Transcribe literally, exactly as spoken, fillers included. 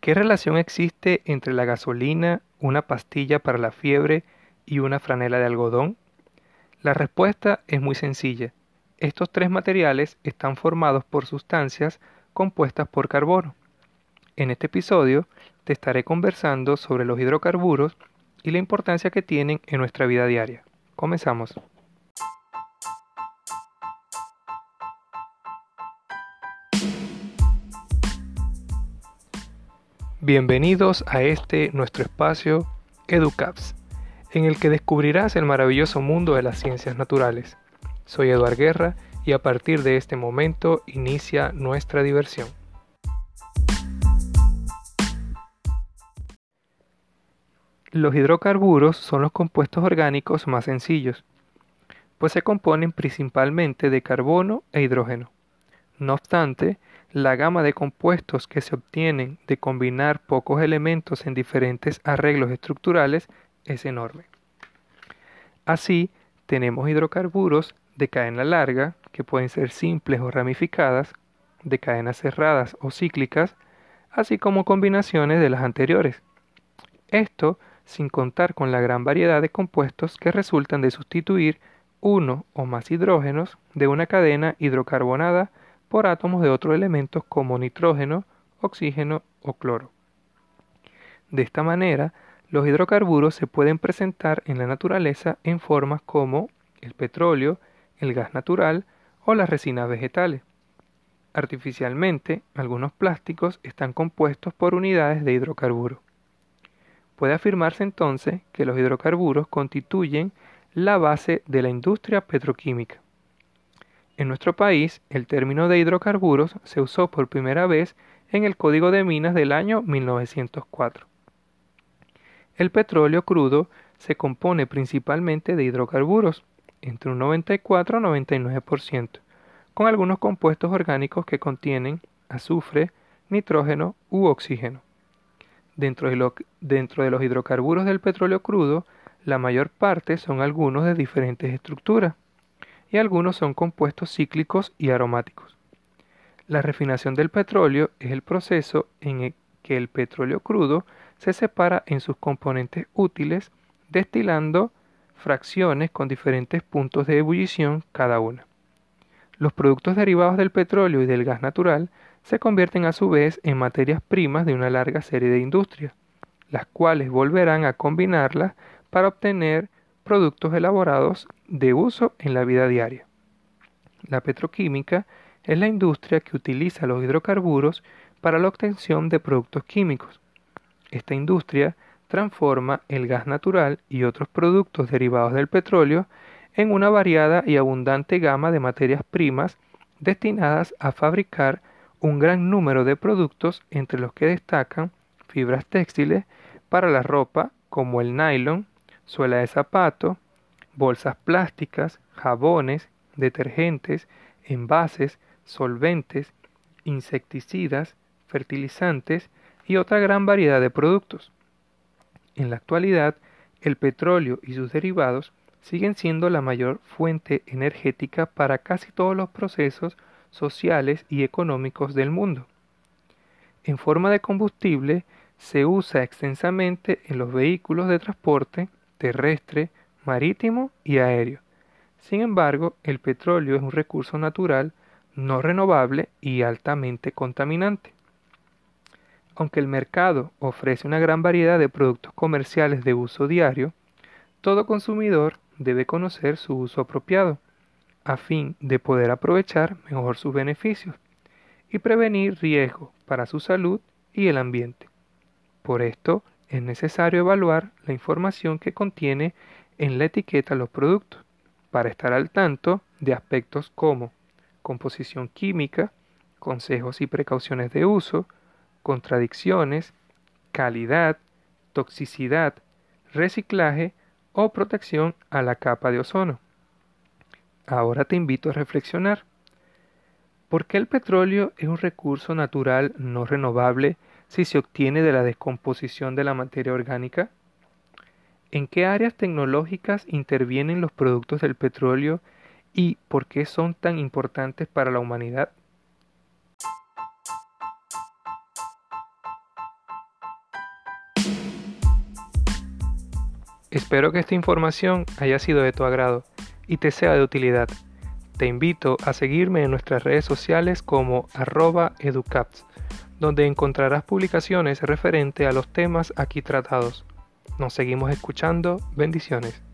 ¿Qué relación existe entre la gasolina, una pastilla para la fiebre y una franela de algodón? La respuesta es muy sencilla. Estos tres materiales están formados por sustancias compuestas por carbono. En este episodio te estaré conversando sobre los hidrocarburos y la importancia que tienen en nuestra vida diaria. Comenzamos. Bienvenidos a este nuestro espacio EduCaps, en el que descubrirás el maravilloso mundo de las ciencias naturales. Soy Eduard Guerra y a partir de este momento inicia nuestra diversión. Los hidrocarburos son los compuestos orgánicos más sencillos, pues se componen principalmente de carbono e hidrógeno. No obstante, la gama de compuestos que se obtienen de combinar pocos elementos en diferentes arreglos estructurales es enorme. Así, tenemos hidrocarburos de cadena larga, que pueden ser simples o ramificadas, de cadenas cerradas o cíclicas, así como combinaciones de las anteriores. Esto sin contar con la gran variedad de compuestos que resultan de sustituir uno o más hidrógenos de una cadena hidrocarbonada por átomos de otros elementos como nitrógeno, oxígeno o cloro. De esta manera, los hidrocarburos se pueden presentar en la naturaleza en formas como el petróleo, el gas natural o las resinas vegetales. Artificialmente, algunos plásticos están compuestos por unidades de hidrocarburos. Puede afirmarse entonces que los hidrocarburos constituyen la base de la industria petroquímica. En nuestro país, el término de hidrocarburos se usó por primera vez en el Código de Minas del año mil novecientos cuatro. El petróleo crudo se compone principalmente de hidrocarburos, entre un noventa y cuatro a noventa y nueve por ciento, con algunos compuestos orgánicos que contienen azufre, nitrógeno u oxígeno. Dentro de, lo, dentro de los hidrocarburos del petróleo crudo, la mayor parte son algunos de diferentes estructuras, y algunos son compuestos cíclicos y aromáticos. La refinación del petróleo es el proceso en el que el petróleo crudo se separa en sus componentes útiles, destilando fracciones con diferentes puntos de ebullición cada una. Los productos derivados del petróleo y del gas natural se convierten a su vez en materias primas de una larga serie de industrias, las cuales volverán a combinarlas para obtener productos elaborados de uso en la vida diaria. La petroquímica es la industria que utiliza los hidrocarburos para la obtención de productos químicos. Esta industria transforma el gas natural y otros productos derivados del petróleo en una variada y abundante gama de materias primas destinadas a fabricar un gran número de productos, entre los que destacan fibras textiles para la ropa como el nylon, suela de zapato, bolsas plásticas, jabones, detergentes, envases, solventes, insecticidas, fertilizantes y otra gran variedad de productos. En la actualidad, el petróleo y sus derivados siguen siendo la mayor fuente energética para casi todos los procesos sociales y económicos del mundo. En forma de combustible, se usa extensamente en los vehículos de transporte terrestre, marítimo y aéreo. Sin embargo, el petróleo es un recurso natural no renovable y altamente contaminante. Aunque el mercado ofrece una gran variedad de productos comerciales de uso diario, todo consumidor debe conocer su uso apropiado, a fin de poder aprovechar mejor sus beneficios y prevenir riesgos para su salud y el ambiente. Por esto, es necesario evaluar la información que contiene en la etiqueta los productos, para estar al tanto de aspectos como composición química, consejos y precauciones de uso, contradicciones, calidad, toxicidad, reciclaje o protección a la capa de ozono. Ahora te invito a reflexionar. ¿Por qué el petróleo es un recurso natural no renovable si se obtiene de la descomposición de la materia orgánica? ¿En qué áreas tecnológicas intervienen los productos del petróleo y por qué son tan importantes para la humanidad? Espero que esta información haya sido de tu agrado y te sea de utilidad. Te invito a seguirme en nuestras redes sociales como arroba educaps, donde encontrarás publicaciones referentes a los temas aquí tratados. Nos seguimos escuchando. Bendiciones.